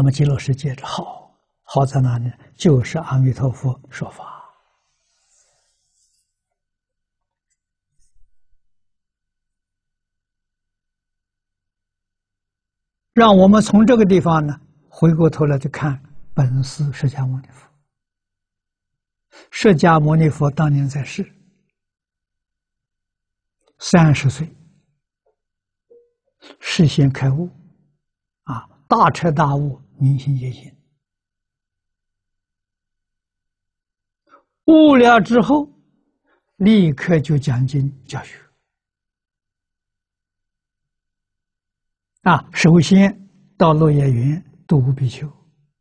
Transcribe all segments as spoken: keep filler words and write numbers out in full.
么极乐世界的好，好在哪里？就是阿弥陀佛说法。让我们从这个地方呢，回过头来去看本师释迦牟尼佛。释迦牟尼佛当年在世，三十岁，示现开悟，啊，大彻大悟，明心见性。悟了之后，立刻就讲经教学。啊，首先到落叶园度无比丘，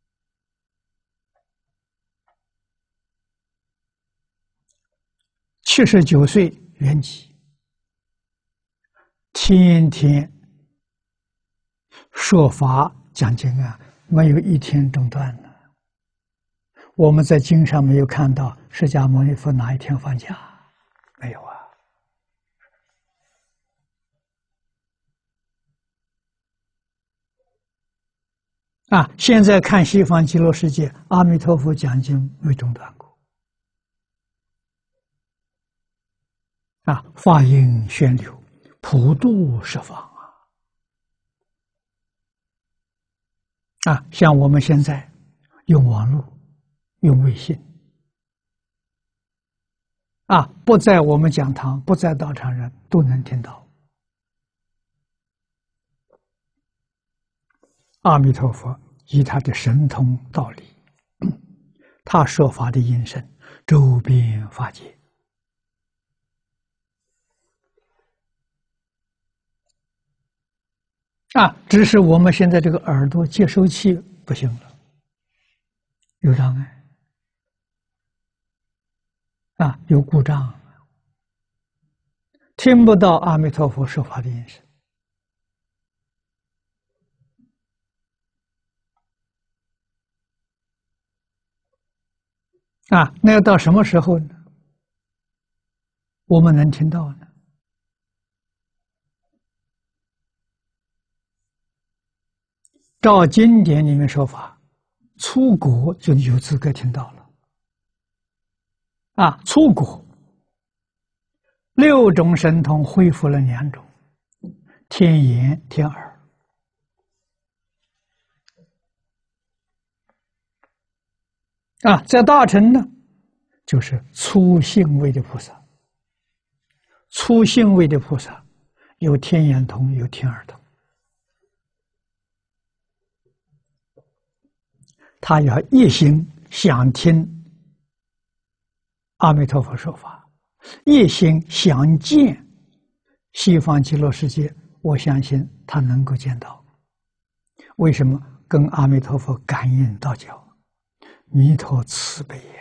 七十九岁圆寂，天天说法讲经啊，没有一天中断的。我们在经上没有看到释迦牟尼佛哪一天放假，没有啊。啊，现在看西方极乐世界，阿弥陀佛讲经没中断过。啊，法音宣流，普度十方啊！啊，像我们现在用网络、用微信，啊，不在我们讲堂，不在道场人都能听到。阿弥陀佛以他的神通道理，他说法的音声周遍法界。啊，只是我们现在这个耳朵接收器不行了，有障碍，啊，有故障，听不到阿弥陀佛说法的音声。啊，那要到什么时候呢？我们能听到呢？照经典里面说法，出国就有资格听到了。啊，出国六种神通恢复了两种，天眼、天耳。啊，在大乘呢，就是初信位的菩萨。初信位的菩萨有天眼通，有天耳通。他要一心想听阿弥陀佛说法，一心想见西方极乐世界，我相信他能够见到。为什么？跟阿弥陀佛感应道交，弥陀慈悲呀！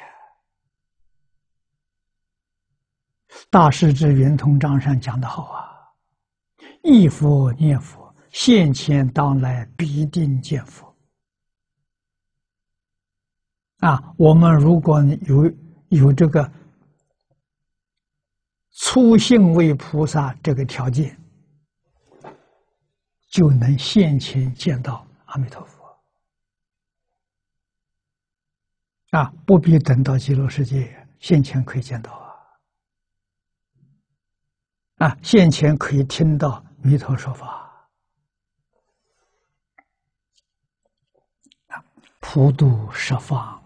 大师之圆通章上讲得好啊，忆佛念佛，现前当来必定见佛。啊，我们如果有有这个初信位菩萨这个条件，就能现前见到阿弥陀佛。啊，不必等到极乐世界，现前可以见到啊。啊，现前可以听到弥陀说法，啊，普度十方。